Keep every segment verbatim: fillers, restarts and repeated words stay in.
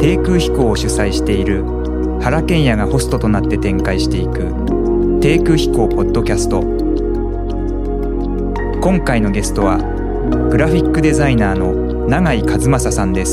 低空飛行を主催している原賢也がホストとなって展開していく低空飛行ポッドキャスト。今回のゲストはグラフィックデザイナーの永井和正さんです。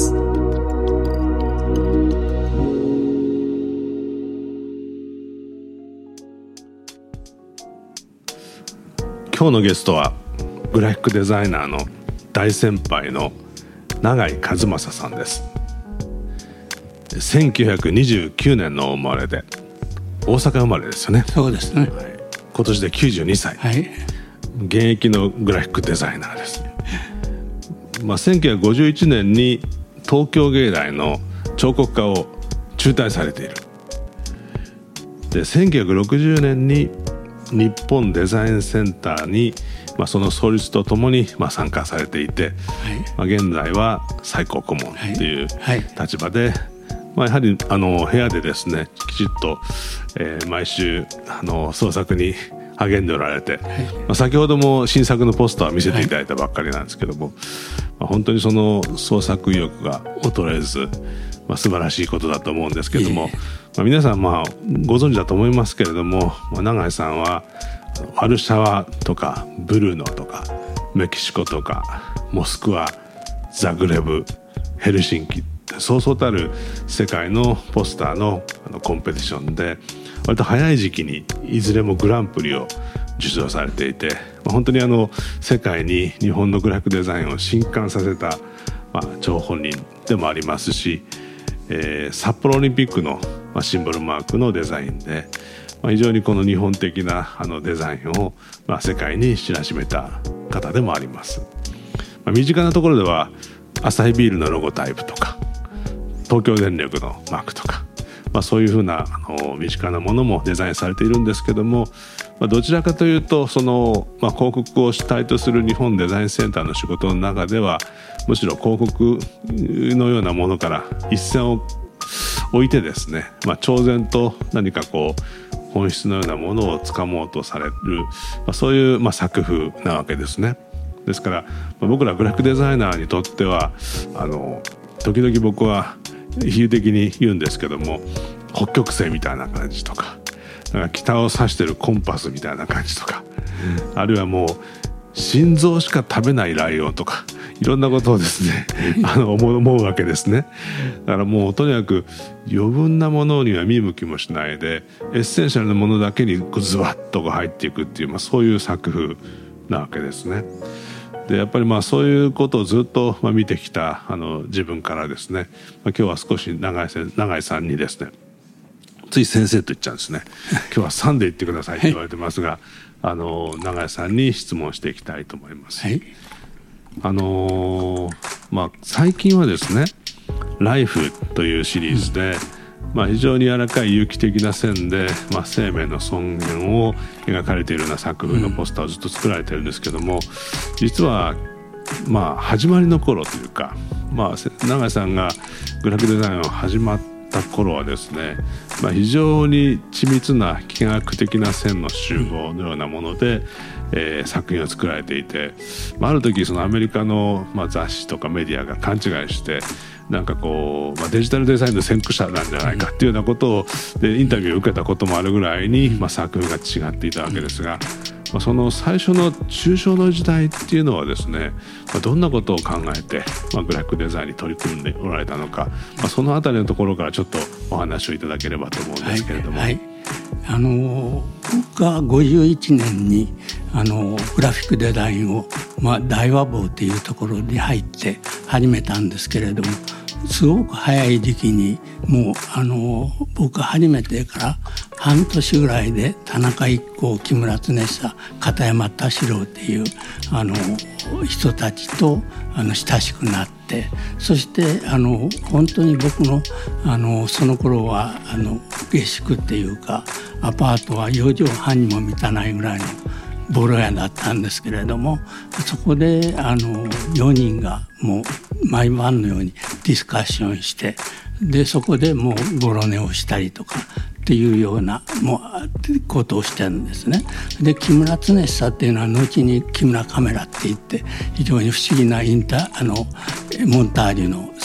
今日のゲストはグラフィックデザイナーの大先輩の永井和正さんです。せんきゅうひゃくにじゅうきゅうねんのお生まれで大阪生まれですよね。 そうですね、 はい、今年できゅうじゅうにさい、はい、現役のグラフィックデザイナーです。まあ、せんきゅうひゃくごじゅういちねんに東京芸大の彫刻科を中退されている。でせんきゅうひゃくろくじゅうねんに日本デザインセンターに、まあ、その創立とともに、まあ、参加されていて、はい、まあ、現在は最高顧問という立場で、はいはい、まあ、やはりあの部屋でですねきちっと、えー、毎週あの創作に励んでおられて、はい、まあ、先ほども新作のポスターを見せていただいたばっかりなんですけども、はい、まあ、本当にその創作意欲が衰えず、まあ、素晴らしいことだと思うんですけども、まあ、皆さんまあご存知だと思いますけれども、まあ、永井さんはワルシャワとかブルーノとかメキシコとかモスクワ、ザグレブ、ヘルシンキ、そうそうたる世界のポスターのあのコンペティションで割と早い時期にいずれもグランプリを受賞されていて、まあ、本当にあの世界に日本のグラフィックデザインを震撼させた、まあ、張本人でもありますし、えー、札幌オリンピックの、まあ、シンボルマークのデザインで、まあ、非常にこの日本的なあのデザインを、まあ、世界に知らしめた方でもあります。まあ、身近なところではアサヒビールのロゴタイプとか東京電力のマークとか、まあ、そういうふうなあの身近なものもデザインされているんですけども、まあ、どちらかというとその、まあ、広告を主体とする日本デザインセンターの仕事の中ではむしろ広告のようなものから一線を置いてですね、まあ、超然と何かこう本質のようなものをつかもうとされる、まあ、そういう、まあ、作風なわけですね。ですから、まあ、僕らグラフィックデザイナーにとってはあの時々僕は比喩的に言うんですけども、北極星みたいな感じとか、なんか北を指してるコンパスみたいな感じとか、うん、あるいはもう心臓しか食べないライオンとかいろんなことをですねあの思う、思うわけですね。だからもうとにかく余分なものには見向きもしないでエッセンシャルなものだけにズワッと入っていくっていう、まあ、そういう作風なわけですね。でやっぱりまあそういうことをずっとまあ見てきたあの自分からですね、まあ、今日は少し永井せん、永井さんにですね、つい先生と言っちゃうんですね今日はさんで言ってくださいって言われてますが、はい、あの永井さんに質問していきたいと思います。はい、あのまあ、最近はですねライフというシリーズで、うん、まあ、非常に柔らかい有機的な線で、まあ、生命の尊厳を描かれているような作風のポスターをずっと作られているんですけども、実はまあ始まりの頃というか、まあ、永井さんがグラフィックデザインを始まった頃はですね、まあ、非常に緻密な幾何学的な線の集合のようなもので、えー、作品を作られていて、まあ、ある時そのアメリカの、まあ、雑誌とかメディアが勘違いしてなんかこう、まあ、デジタルデザインの先駆者なんじゃないかっていうようなことをでインタビューを受けたこともあるぐらいに、まあ、作風が違っていたわけですが、まあ、その最初の抽象の時代っていうのはですね、まあ、どんなことを考えて、まあ、グラフィックデザインに取り組んでおられたのか、まあ、そのあたりのところからちょっとお話をいただければと思うんですけれども。 はいはい、あの僕がごじゅういちねんにあのグラフィックデザインを、まあ、大和坊というところに入って始めたんですけれども、すごく早い時期にもうあの僕が始めてから半年ぐらいで田中一行、木村常久、片山田四郎っていうあの人たちとあの親しくなって、そしてあの本当に僕のあのその頃はあの下宿っていうかアパートはよじはんにも満たないぐらいのボロ屋だったんですけれども、そこであのよにんがもう毎晩のようにディスカッションして、でそこでもうゴロ寝をしたりとかっていうようなもうことをしてるんですね。で木村常久っていうのは後に木村カメラって言って非常に不思議なインタあのモンタージュの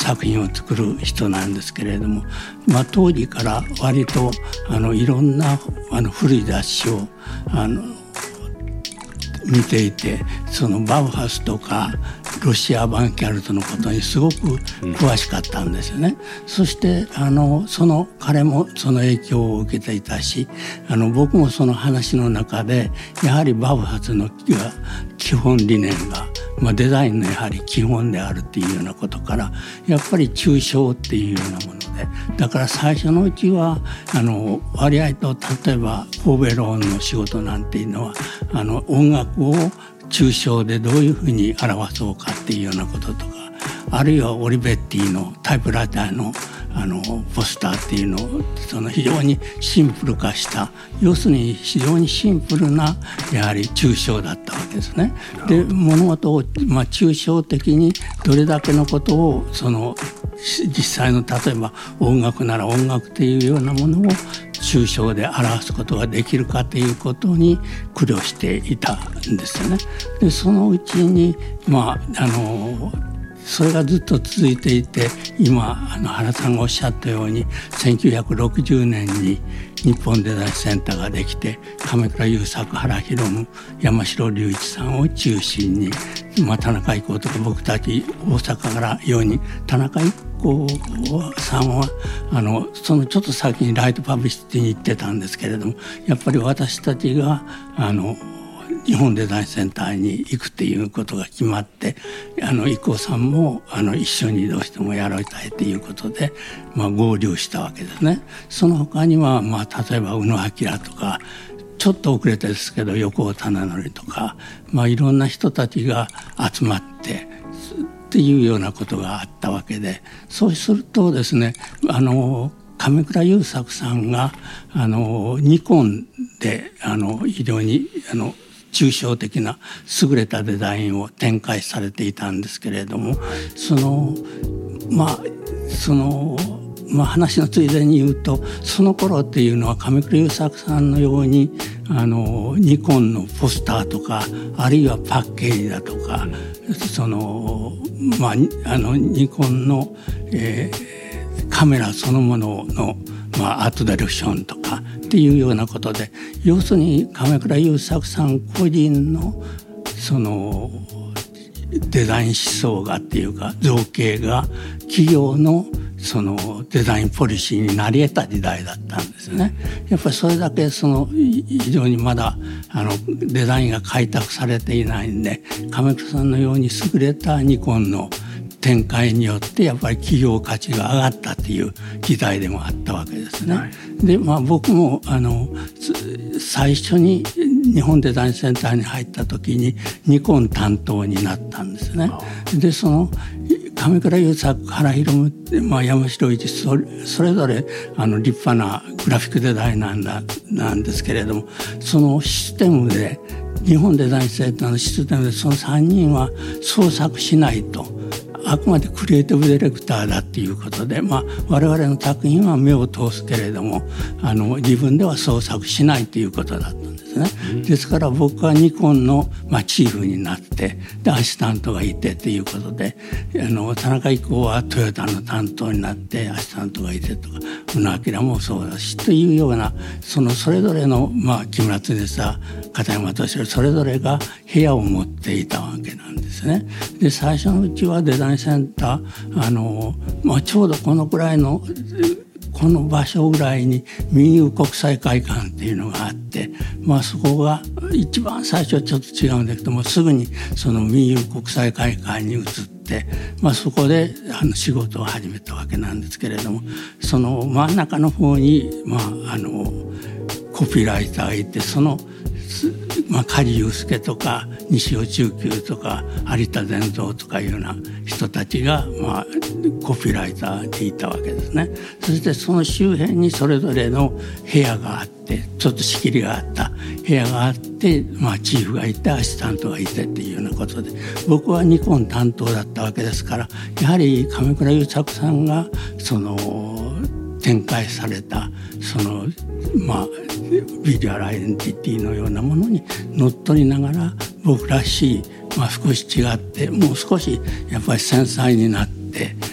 作品を作る人なんですけれども、まあ、当時から割とあのいろんなあの古い雑誌をあの見ていて、そのバウハウスとかロシア・アバンギャルドのことにすごく詳しかったんですよね、うん、そしてあのその彼もその影響を受けていたし、あの僕もその話の中でやはりバウハウスの基本理念が、まあ、デザインのやはり基本であるっていうようなことから、やっぱり抽象っていうようなもので、だから最初のうちはあの割合と例えばコーベローンの仕事なんていうのはあの音楽を抽象でどういうふうに表そうかっていうようなこととか、あるいはオリベッティのタイプライターのあのポスターっていうのをその非常にシンプル化した、要するに非常にシンプルなやはり抽象だったわけですね。で物事を、まあ、抽象的にどれだけのことをその実際の例えば音楽なら音楽っていうようなものを抽象で表すことができるかということに苦慮していたんですよね。でそのうちにまああのそれがずっと続いていて、今あの原さんがおっしゃったようにせんきゅうひゃくろくじゅうねんに日本デザインセンターができて、亀倉優作、原弘夢、山城隆一さんを中心に、まあ、田中一行とか僕たち大阪からように田中一行さんはあのそのちょっと先にライトパブリシティに行ってたんですけれども、やっぱり私たちがあの日本デザインセンターに行くっていうことが決まって、あの伊光さんもあの一緒にどうしてもやりたいということで、まあ、合流したわけですね。その他には、まあ、例えば宇野明とかちょっと遅れてですけど横尾忠則とか、まあ、いろんな人たちが集まってっていうようなことがあったわけで、そうするとですね、あの亀倉優作さんがあのニコンであの非常にあの抽象的な優れたデザインを展開されていたんですけれども、そのまあそのまあ話のついでに言うと、その頃っていうのは亀倉優作さんのようにあのニコンのポスターとか、あるいはパッケージだとか、そのまああのニコンの、えー、カメラそのもののまあ、アートディレクションとかっていうようなことで、要するに亀倉優作さん個人のそのデザイン思想がっていうか造形が企業のそのデザインポリシーになり得た時代だったんですね。やっぱりそれだけその非常にまだあのデザインが開拓されていないんで、亀倉さんのように優れたニコンの展開によってやっぱり企業価値が上がったっていう時代でもあったわけですね。はい、で、まあ、僕もあの最初に日本デザインセンターに入った時にニコン担当になったんですね。でその亀倉優作、原弘夢、まあ、山城一それ、それぞれあの立派なグラフィックデザイナーななんですけれども、そのシステムで日本デザインセンターのシステムでそのさんにんは創作しないと。あくまでクリエイティブディレクターだっていうことで、まあ、我々の作品は目を通すけれどもあの自分では創作しないということだったんですね。うん、ですから僕はニコンの、まあ、チーフになってでアシスタントがいてということで、あの田中以降はトヨタの担当になってアシスタントがいてとか、宇野明もそうだしというようなそのそれぞれの、まあ、木村常さ、片山敏郎それぞれが部屋を持っていたわけなんですね。で最初のうちはデザインセンターあの、まあ、ちょうどこのくらいのこの場所ぐらいに民友国際会館っていうのがあって、まあ、そこが一番最初はちょっと違うんだけどもすぐにその民友国際会館に移って、まあ、そこであの仕事を始めたわけなんですけれども、その真ん中の方に、まあ、あのコピーライターがいて、そのまあ、梶裕介とか西尾中久とか有田善三とかいうような人たちが、まあ、コピーライターでいたわけですね。そしてその周辺にそれぞれの部屋があってちょっと仕切りがあった部屋があって、まあ、チーフがいてアシスタントがいてっていうようなことで、僕はニコン担当だったわけですから、やはり亀倉優作さんがその展開されたそのまあビジュアルアイデンティティのようなものにのっとりながら僕らしい、まあ、少し違ってもう少しやっぱり繊細になって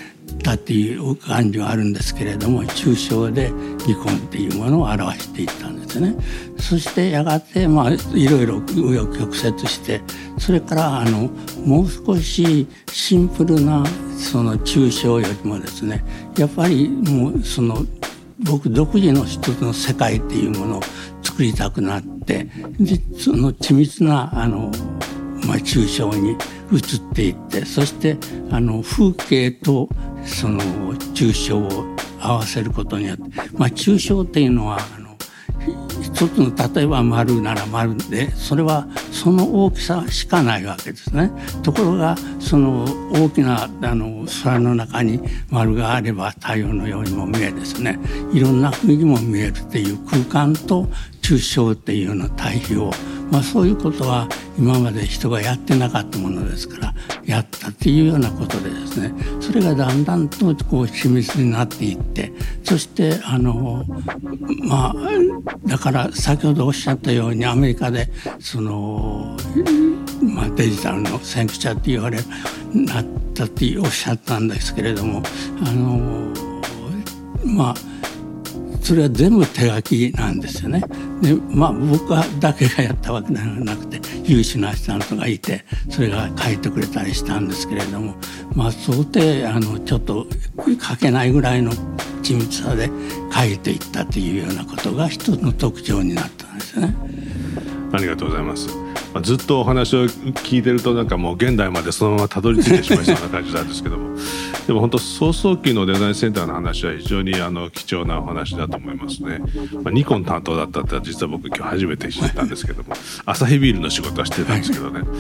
ったっていう感じはあるんですけれども、抽象でニコンっていうものを表していったんですね。そしてやがてまあいろいろ紆余曲折して、それからあのもう少しシンプルなその抽象よりもですね、やっぱりもうその僕独自の一つの世界っていうものを作りたくなって、でその緻密なあの、まあ、抽象に移っていって、そしてあの風景とその抽象を合わせることによって、まあ、抽象っていうのはあの一つの例えば丸なら丸で、それはその大きさしかないわけですね。ところがその大きなあの空の中に丸があれば太陽のようにも見えですね、いろんな雰囲気も見えるっていう空間と抽象っていうような対比を、まあ、そういうことは今まで人がやってなかったものですからやったっていうようなことでですね、それがだんだんとこう緻密になっていって、そしてあのまあだから先ほどおっしゃったようにアメリカでその、まあ、デジタルの先駆者って言われなったっておっしゃったんですけれども、あのまあそれは全部手書きなんですよね。で、まあ僕だけがやったわけではなくて、優秀なアシスタントがいて、それが書いてくれたりしたんですけれども、まあ想定あのちょっと書けないぐらいの緻密さで書いていったというようなことが一つの特徴になったんですね。 ありがとうございます。まあ、ずっとお話を聞いてるとなんかもう現代までそのままたどり着いてしまいそうな感じなんですけどもでも本当早々期のデザインセンターの話は非常にあの貴重なお話だと思いますね。まあ、ニコン担当だったって実は僕今日初めて知ったんですけどもアサヒビールの仕事はしてたんですけどね、はい、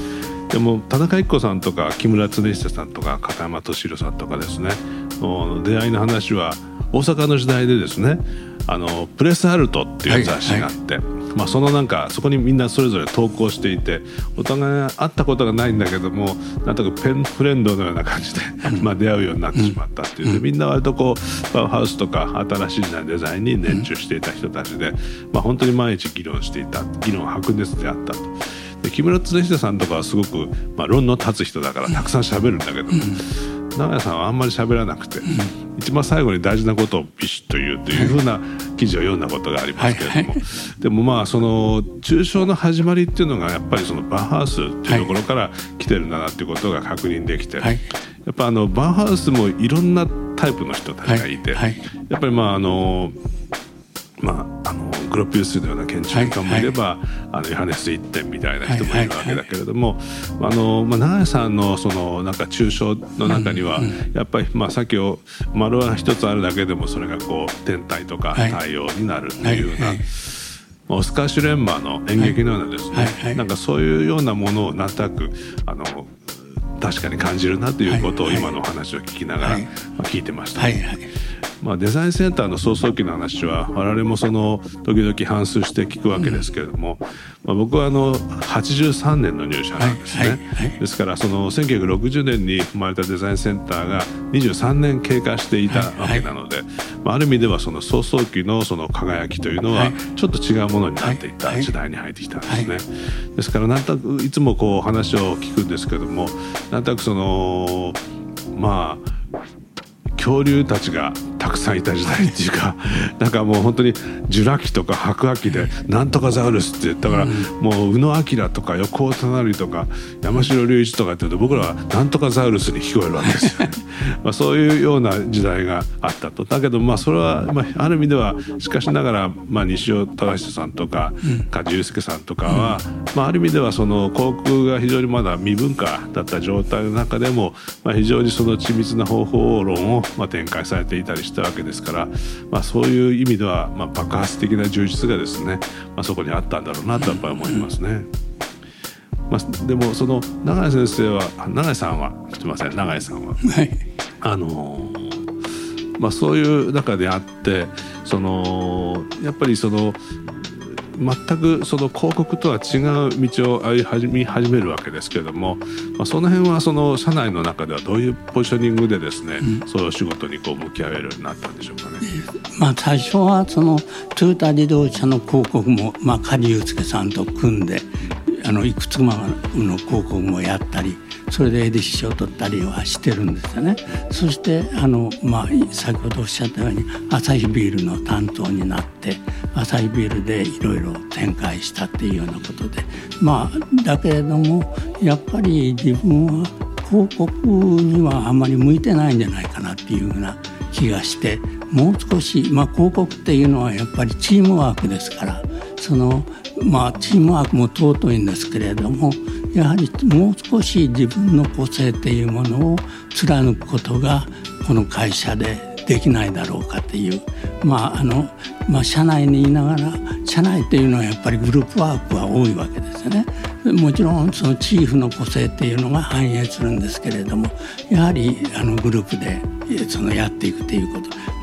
でも田中一子さんとか木村恒久さんとか片山俊弘さんとかですね、出会いの話は大阪の時代でですね、あのプレスアルトっていう雑誌があって、はいはい、まあ、そのなんかそこにみんなそれぞれ投稿していて、お互い会ったことがないんだけどもなんとかペンフレンドのような感じでまあ出会うようになってしまったっていう、うん、みんな割とこうバウハウスとか新しいデザインに熱中していた人たちで、まあ、本当に毎日議論していた、議論白熱であったと。で木村恒久さんとかはすごく、まあ、論の立つ人だからたくさん喋るんだけども、長屋さんはあんまり喋らなくて、一番最後に大事なことをビシッと言うというふうな記事を読んだことがありますけれども、はいはい、でもまあその抽象の始まりっていうのがやっぱりそのバウハウスっていうところから来てるんだなっていうことが確認できて、はい、やっぱあのバウハウスもいろんなタイプの人たちがいて、はいはい、やっぱりまああのまあ、あのグロピウスのような建築家もいれば、はいはい、あのヨハネス一点みたいな人もいるわけだけれども、あの、まあ、長屋さんのそのなんか抽象の中には、うんうん、やっぱりまあさっきを丸は一つあるだけでもそれがこう天体とか太陽になるというような、はいはいはい、オスカー・シュレンマーの演劇のようなですね、はいはいはい、なんかそういうようなものをなんとなくあの確かに感じるなということを今のお話を聞きながら聞いてました、はいはいはい、まあ、デザインセンターの早々期の話は我々もその時々反芻して聞くわけですけれども、まあ、僕はあのはちじゅうさんねんの入社なんですね、はいはいはい、ですからそのせんきゅうひゃくろくじゅうねんに生まれたデザインセンターがにじゅうさんねん経過していたわけなので、はいはい、まあ、ある意味ではその早々期のその輝きというのはちょっと違うものになっていった時代に入ってきたんですね、はいはい、ですからなんとなくいつもこう話を聞くんですけども、なんとなくそのまあ恐竜たちがたくさんいた時代っていうかなんかもう本当にジュラ紀とか白亜紀でなんとかザウルスって言ったから、もう宇野明とか横尾忠則とか山城隆一とかって言うと僕らはなんとかザウルスに聞こえるわけですよねまあそういうような時代があったと。だけどまあそれはまあある意味ではしかしながらまあ西尾忠久さんとか梶裕介さんとかはまあある意味ではその航空が非常にまだ未文化だった状態の中でもまあ非常にその緻密な方法論をまあ展開されていたりしたわけですから、まあ、そういう意味ではまあ爆発的な充実がですね、まあ、そこにあったんだろうなとやっぱり思いますね。まあ、でもその永井先生は永井さんはすみません永井さんは、はい、あのまあ、そういう中であってそのやっぱりその全くその広告とは違う道を歩み始めるわけですけれども、まあ、その辺はその社内の中ではどういうポジショニングでですね、うん、そういう仕事にこう向き合えるようになったんでしょうかね。 まあ、最初はそのトヨタ自動車の広告も、まあ、梶裕介さんと組んであのいくつもの広告もやったり、それでエディシ賞を取ったりはしてるんですよね。そしてあの、まあ、先ほどおっしゃったようにアサヒビールの担当になってアサヒビールでいろいろ展開したっていうようなことで、まあだけれどもやっぱり自分は広告にはあんまり向いてないんじゃないかなっていうような気がして、もう少し、まあ、広告っていうのはやっぱりチームワークですから、そのまあチームワークも尊いんですけれども、やはりもう少し自分の個性っていうものを貫くことがこの会社でできないだろうかっていう、まああのまあ、社内にいながら、社内っていうのはやっぱりグループワークが多いわけですよね。もちろんそのチーフの個性っていうのが反映するんですけれども、やはりあのグループでそのやっていくということ、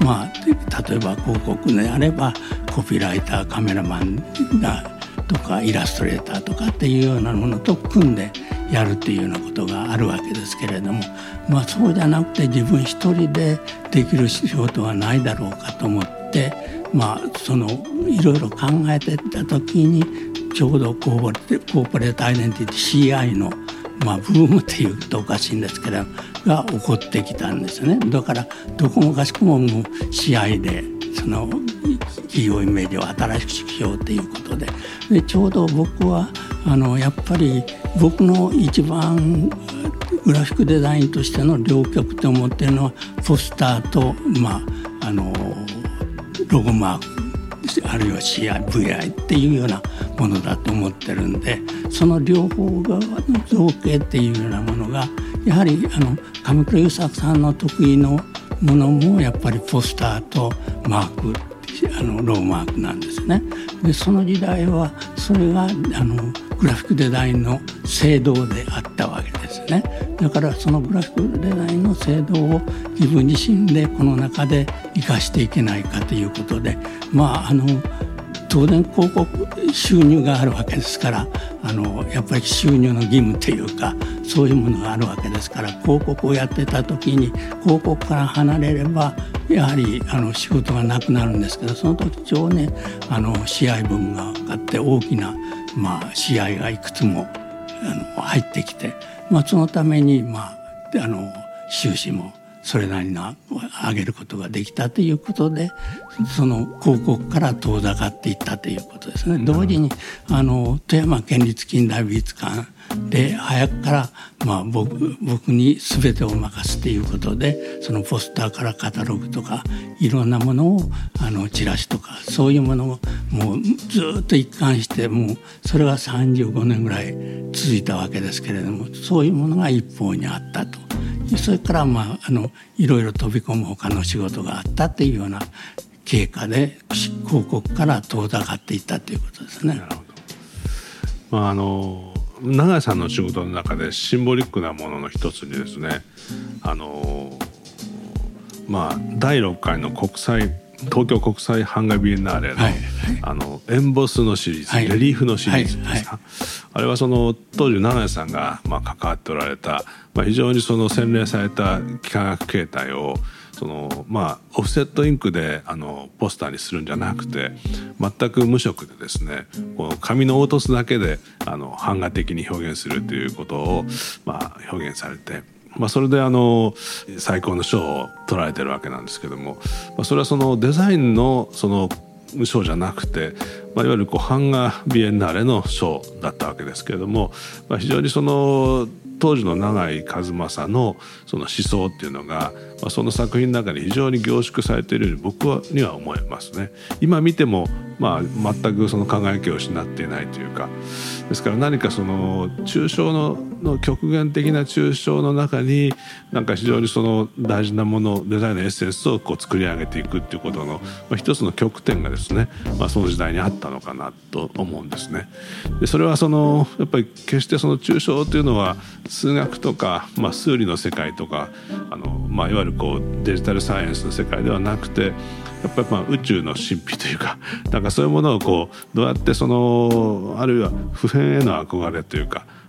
まあ、例えば広告であればコピーライター、カメラマンがとかイラストレーターとかっていうようなものと組んでやるっていうようなことがあるわけですけれども、まあ、そうじゃなくて自分一人でできる仕事はないだろうかと思って、まあ、そのいろいろ考えてた時にちょうどコーポレートアイデンティティ シーアイ の、まあ、ブームっていうとおかしいんですけどが起こってきたんですね。だからどこもかしこももう シーアイ でその企業イメージを新しくしようということで、でちょうど僕はあのやっぱり僕の一番グラフィックデザインとしての両極と思っているのはポスターと、まあ、あのロゴマークあるいは シーアイ、ブイアイ っていうようなものだと思ってるんで、その両方側の造形っていうようなものがやはりあの上倉優作さんの得意のものもやっぱりポスターとマーク、あのロゴマークなんですね。でその時代はそれがあのグラフィックデザインの聖堂であったわけですね。だからそのグラフィックデザインの聖堂を自分自身でこの中で生かしていけないかということで、まああの当然広告収入があるわけですから、あのやっぱり収入の義務というかそういうものがあるわけですから、広告をやってた時に広告から離れればやはりあの仕事がなくなるんですけど、その時ちょうどねあの シーアイ 分が分かって大きな、まあ、シーアイ がいくつもあの入ってきて、まあ、そのために、まあ、あの収支もそれなりな上げることができたということで、その広告から遠ざかっていったということですね。同時にあの富山県立近代美術館で早くから、まあ、僕, 僕に全てを任すということで、そのポスターからカタログとかいろんなものをあのチラシとかそういうものをもうずっと一貫して、もうそれがさんじゅうごねんぐらい続いたわけですけれども、そういうものが一方にあったと。それから、まあ、あのいろいろ飛び込む他の仕事があったというような経過で広告から遠ざかっていったということですね。 なるほど。まああの永井さんの仕事の中でシンボリックなものの一つにですね、あのまあだいろっかいの国際東京国際版画ビエンナーレの、はいはい、あのエンボスのシリーズ、はい、レリーフのシリーズですか、はいはい、あれはその当時永井さんが、まあ、関わっておられた、まあ、非常にその洗練された幾何学形態をその、まあ、オフセットインクであのポスターにするんじゃなくて全く無色でですね、この紙の凹凸だけであの版画的に表現するということを、まあ、表現されて、まあ、それであの最高の賞を取られてるわけなんですけども、まあ、それはそのデザインのその賞じゃなくて、まあ、いわゆるこう版画ビエンナーレの賞だったわけですけれども、まあ、非常にその当時の永井和正のその思想っていうのが、まあ、その作品の中に非常に凝縮されているように僕はには思いますね。今見ても、まあ、全くその輝きを失っていないというか、ですから何かその抽象 の, の極限的な抽象の中になんか非常にその大事なもの、デザインのエッセンスをこう作り上げていくっていうことの、まあ、一つの極点がですね、まあ、その時代にあったのかなと思うんですね。でそれはそのやっぱり決してその抽象というのは数学とか、まあ、数理の世界とかあの、まあ、いわゆるこうデジタルサイエンスの世界ではなくて、やっぱりまあ宇宙の神秘というか、なんかそういうものをこうどうやってそのあるいは普遍への憧れというか、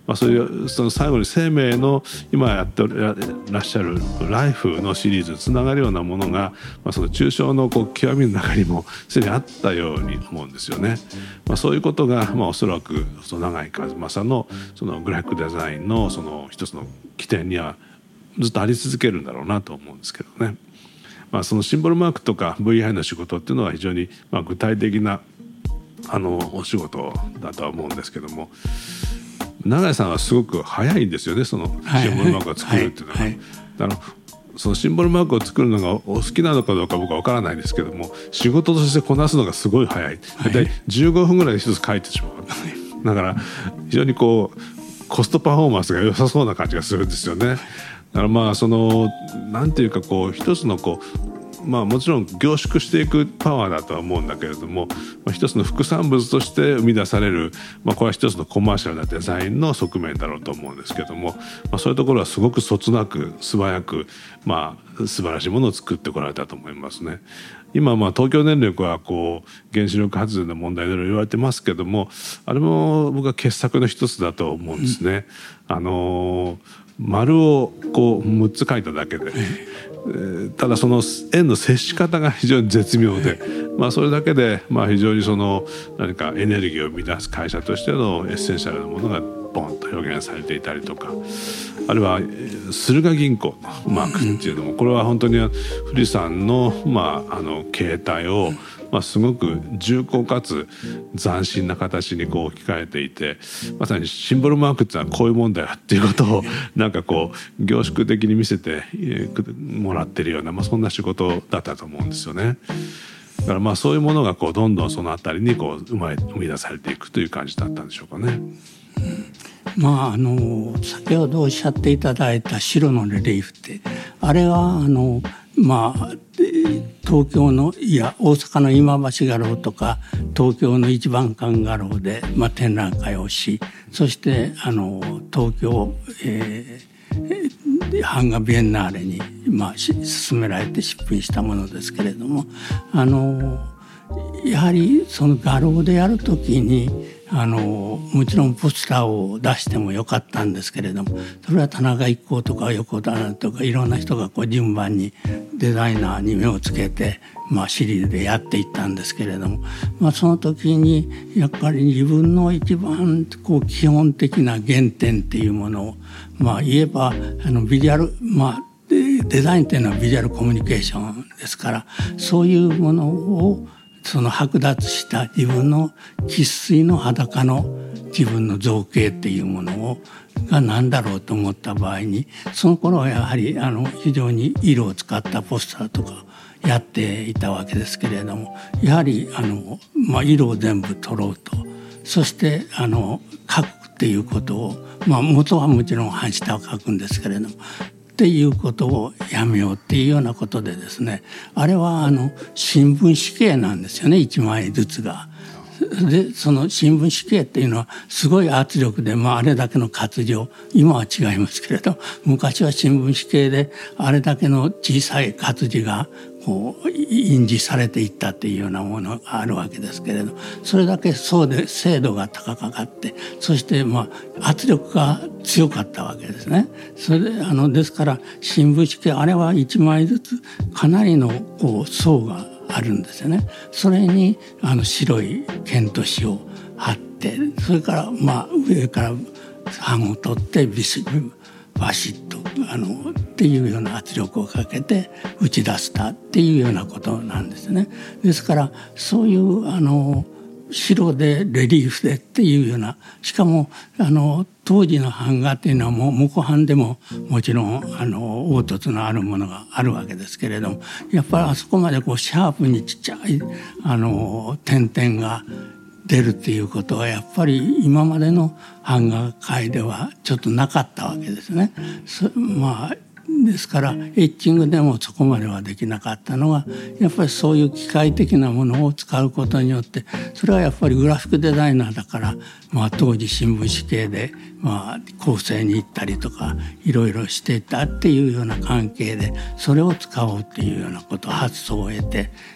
まあ、そういうその最後に生命の今やってらっしゃるライフのシリーズにつながるようなものが、まあ、その抽象のこう極みの中にもすでにあったように思うんですよね。まあ、そういうことが、まあ、おそらくその永井和正のそのグラフィックデザインのその一つの起点にはずっとあり続けるんだろうなと思うんですけどね。まあ、そのシンボルマークとか ブイアイ の仕事っていうのは非常にまあ具体的なあのお仕事だとは思うんですけども、永井さんはすごく早いんですよね、そのシンボルマークを作るっていうのは。はいはいはい、あのそのシンボルマークを作るのがお好きなのかどうか僕は分からないですけども、仕事としてこなすのがすごい早い。大体じゅうごふんぐらいで一つ書いてしまう。だから非常にこうコストパフォーマンスが良さそうな感じがするんですよね。だからまあそのなんていうかこう一つのこうまあ、もちろん凝縮していくパワーだとは思うんだけれども、まあ、一つの副産物として生み出される、まあ、これは一つのコマーシャルなデザインの側面だろうと思うんですけども、まあ、そういうところはすごくそつなく素早く、まあ、素晴らしいものを作ってこられたと思いますね。今まあ東京電力はこう原子力発電の問題で言われてますけども、あれも僕は傑作の一つだと思うんですね。うん、あの丸をこうむっつ書いただけで、ただその円の接し方が非常に絶妙で、まあ、それだけでまあ非常にその何かエネルギーを生み出す会社としてのエッセンシャルなものがボンと表現されていたりとか、あるいは駿河銀行のマークっていうのも、これは本当に富士山のまああの形態をまあすごく重厚かつ斬新な形にこう置き換えていて、まさにシンボルマークっていうのはこういうもんだよっていうことをなんかこう凝縮的に見せてもらってるような、まあ、そんな仕事だったと思うんですよね。だからまあそういうものがこうどんどんそのあたりにこう生まれ生み出されていくという感じだったんでしょうかね。 うん、まああの先ほどおっしゃっていただいた白のレリーフって、あれはあのまあ東京のいや大阪の今橋画廊とか東京の一番館画廊で、まあ、展覧会をし、そしてあの東京、えー、版画ビエンナーレに、まあ、進められて出品したものですけれども、あのやはりその画廊でやるときにあのもちろんポスターを出してもよかったんですけれども、それは田中一行とか横田とかいろんな人がこう順番にデザイナーに目をつけて、まあ、シリーズでやっていったんですけれども、まあ、その時にやっぱり自分の一番こう基本的な原点っていうものを、まあ、言えばあのビジュアル、まあ、デザインっていうのはビジュアルコミュニケーションですから、そういうものをその剥奪した自分の生粋の裸の自分の造形っていうものをが何だろうと思った場合に、その頃はやはりあの非常に色を使ったポスターとかやっていたわけですけれども、やはりあの、まあ、色を全部取ろうと、そしてあの描くっていうことを、まあ、元はもちろん半下を描くんですけれどもっていうことをやめようっていうようなことでですね、あれはあの新聞紙形なんですよね、いちまいずつが。でその新聞紙形っていうのはすごい圧力で、まあ、あれだけの活字、今は違いますけれど、昔は新聞紙形であれだけの小さい活字がこう印字されていったっていうようなものがあるわけですけれど、それだけそうで精度が高かって、そしてまあ圧力が強かったわけですね。それであのですから新聞紙形、あれはいちまいずつかなりのこう層があるんですよね。それにあの白い剣と紙を貼って、それからまあ上から版を取ってビシッバシッとあのっていうような圧力をかけて打ち出したっていうようなことなんですね。ですからそういうあの白でレリーフでっていうような、しかもあの当時の版画っていうのはもう木版でももちろんあの凹凸のあるものがあるわけですけれども、やっぱりあそこまでこうシャープにちっちゃいあの点々が出るっていうことはやっぱり今までの版画界ではちょっとなかったわけですね。まあですからエッチングでもそこまではできなかったのが、やっぱりそういう機械的なものを使うことによって、それはやっぱりグラフィックデザイナーだから、まあ、当時新聞紙系で、まあ、構成に行ったりとかいろいろしていたっていうような関係で、それを使おうっていうようなこと、発想を得て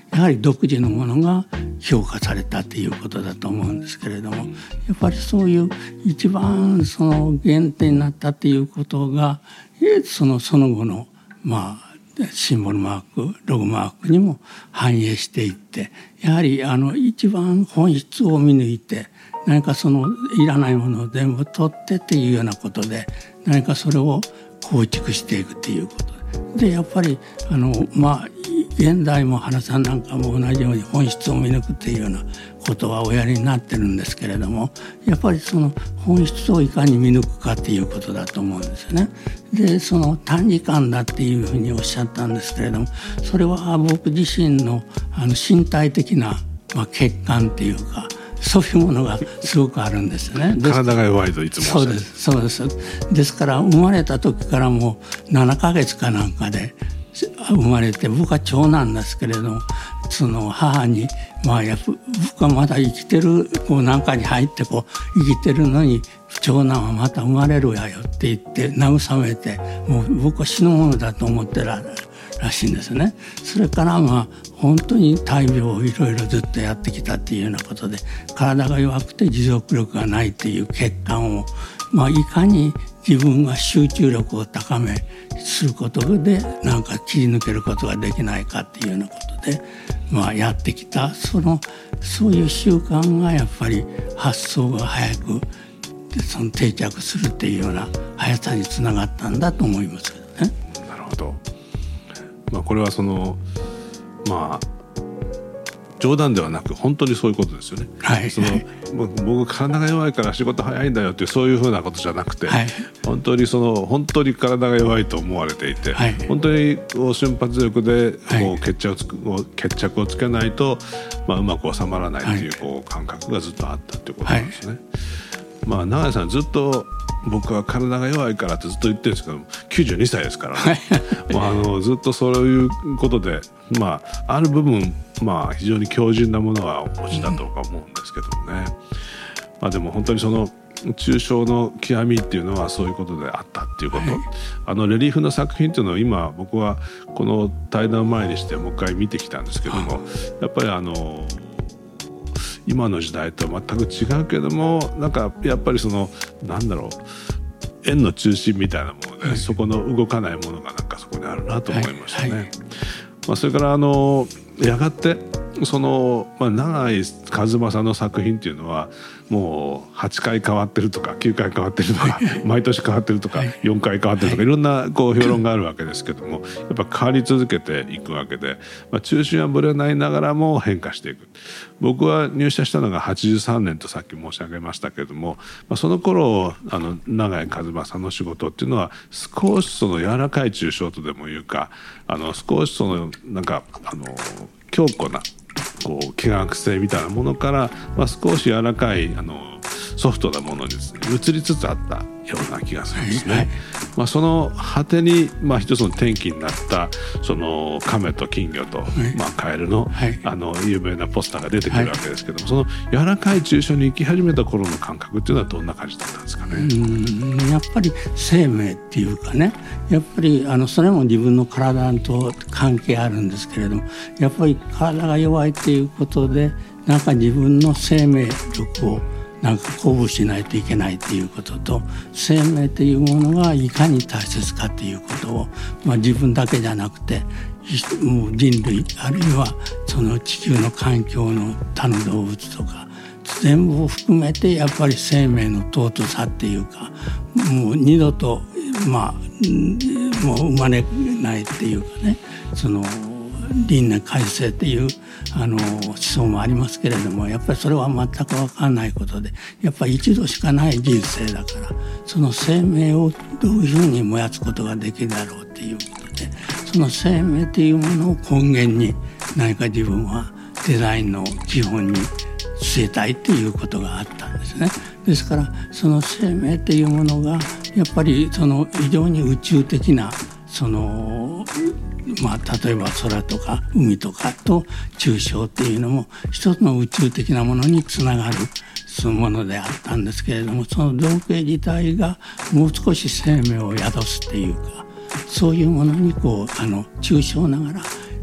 やはり独自のものが評価されたということだと思うんですけれども、やっぱりそういう一番その原点になったということがそのその後のまあシンボルマークロゴマークにも反映していって、やはりあの一番本質を見抜いて何かそのいらないものを全部取ってっていうようなことで何かそれを構築していくっていうことで、やっぱりあのまあ現代も原さんなんかも同じように本質を見抜くっていうようなことはおやりになってるんですけれども、やっぱりその本質をいかに見抜くかっていうことだと思うんですよね。でその短時間だっていうふうにおっしゃったんですけれども、それは僕自身のあの身体的な、まあ、欠陥っていうかそういうものがすごくあるんですよね。 体が弱いといつもおっしゃる。 そうですそうです。ですから生まれた時からもうななかげつかなんかで生まれて、僕は長男ですけれども、その母に、まあ、やっぱ僕はまだ生きてるこう中に入ってこう生きてるのに長男はまた生まれるやよって言って慰めて、もう僕は死ぬものだと思ってららしいんですね。それからまあ本当に大病をいろいろずっとやってきたっていうようなことで、体が弱くて持続力がないっていう欠陥を、まあ、いかに自分が集中力を高めすることでなんか切り抜けることができないかっていうようなことで、まあ、やってきたそのそういう習慣がやっぱり発想が早くその定着するっていうような速さにつながったんだと思いますけどね。 なるほど。まあ、これはそのまあ冗談ではなく本当にそういうことですよね。 はい、 その僕体が弱いから仕事早いんだよっていうそういうふうなことじゃなくて、はい、本当にその本当に体が弱いと思われていて、はい、本当に瞬発力でこう決着をつく、はい、決着をつけないと、まあ、うまく収まらないというこう感覚がずっとあったということなんですね。はい、まあ、永井さんずっと僕は体が弱いからってずっと言ってるんですけどきゅうじゅうにさいですからねまあ、あのずっとそういうことで、まあ、ある部分、まあ、非常に強靭なものはお持ちだとか思うんですけどもね、まあ、でも本当にその抽象の極みっていうのはそういうことであったっていうこと、はい、あのレリーフの作品っていうのを今僕はこの対談前にしてもう一回見てきたんですけども、やっぱりあの今の時代と全く違うけども、なんかやっぱりそのなんだろう円の中心みたいなもので、はい、そこの動かないものがなんかそこにあるなと思いましたね。はいはい、まあ、それからあのやがてその、まあ、永井和正の作品っていうのはもうはちかい変わってるとかきゅうかい変わってるとか毎年変わってるとかよんかい変わってるとかいろんなこう評論があるわけですけども、やっぱ変わり続けていくわけで、まあ、中心はぶれないながらも変化していく。僕は入社したのがはちじゅうさんねんとさっき申し上げましたけれども、まあ、その頃あの永井和正の仕事っていうのは少しその柔らかい抽象とでもいうか、あの少しそのなんかあの強固なこう気学性みたいなものから、まあ、少し柔らかいあのソフトなものにですね移りつつあったような気がするんですね。はいはい、まあ、その果てに、まあ、一つの転機になったその亀と金魚と、はい、まあ、カエルの、はい、あの有名なポスターが出てくるわけですけども、はい、その柔らかい抽象に生き始めた頃の感覚っていうのはどんな感じだったんですかね。 うん、やっぱり生命っていうかね、やっぱりあのそれも自分の体と関係あるんですけれども、やっぱり体が弱いっていうことでなんか自分の生命力をなんか鼓舞しないといけないということと、生命というものがいかに大切かということを、まあ、自分だけじゃなくてもう人類あるいはその地球の環境の他の動物とか全部を含めてやっぱり生命の尊さっていうか、もう二度とまあもう生まれないっていうかね、その輪廻改正っていうあの思想もありますけれども、やっぱりそれは全く分からないことで、やっぱり一度しかない人生だから、その生命をどういうふうに燃やすことができるだろうっていうことで、その生命っていうものを根源に何か自分はデザインの基本に据えたいっていうことがあったんですね。ですからその生命っていうものがやっぱりその非常に宇宙的なそのまあ、例えば空とか海とかと抽象っていうのも一つの宇宙的なものにつながるそのものであったんですけれども、その造形自体がもう少し生命を宿すっていうか、そういうものにこうあの抽象ながら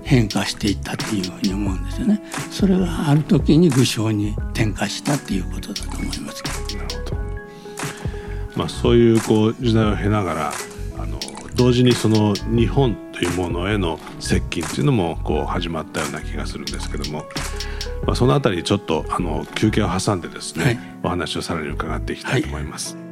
変化していったっていうふうに思うんですよね。それがある時に具象に転化したっていうことだと思いますけど。 なるほど。まあ、そういうこう時代を経ながらあの同時にその日本というものへの接近っていうのもこう始まったような気がするんですけども、まあ、そのあたりちょっとあの休憩を挟んでですね、はい、お話をさらに伺っていきたいと思います。はい。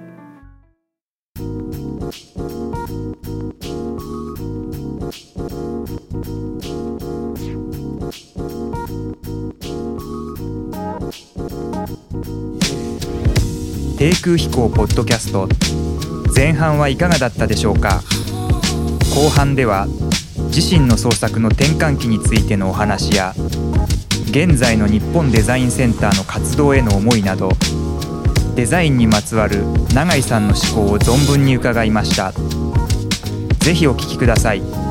低空飛行ポッドキャスト、前半はいかがだったでしょうか。後半では自身の創作の転換期についてのお話や、現在の日本デザインセンターの活動への思いなど、デザインにまつわる永井さんの思考を存分に伺いました。ぜひお聞きください。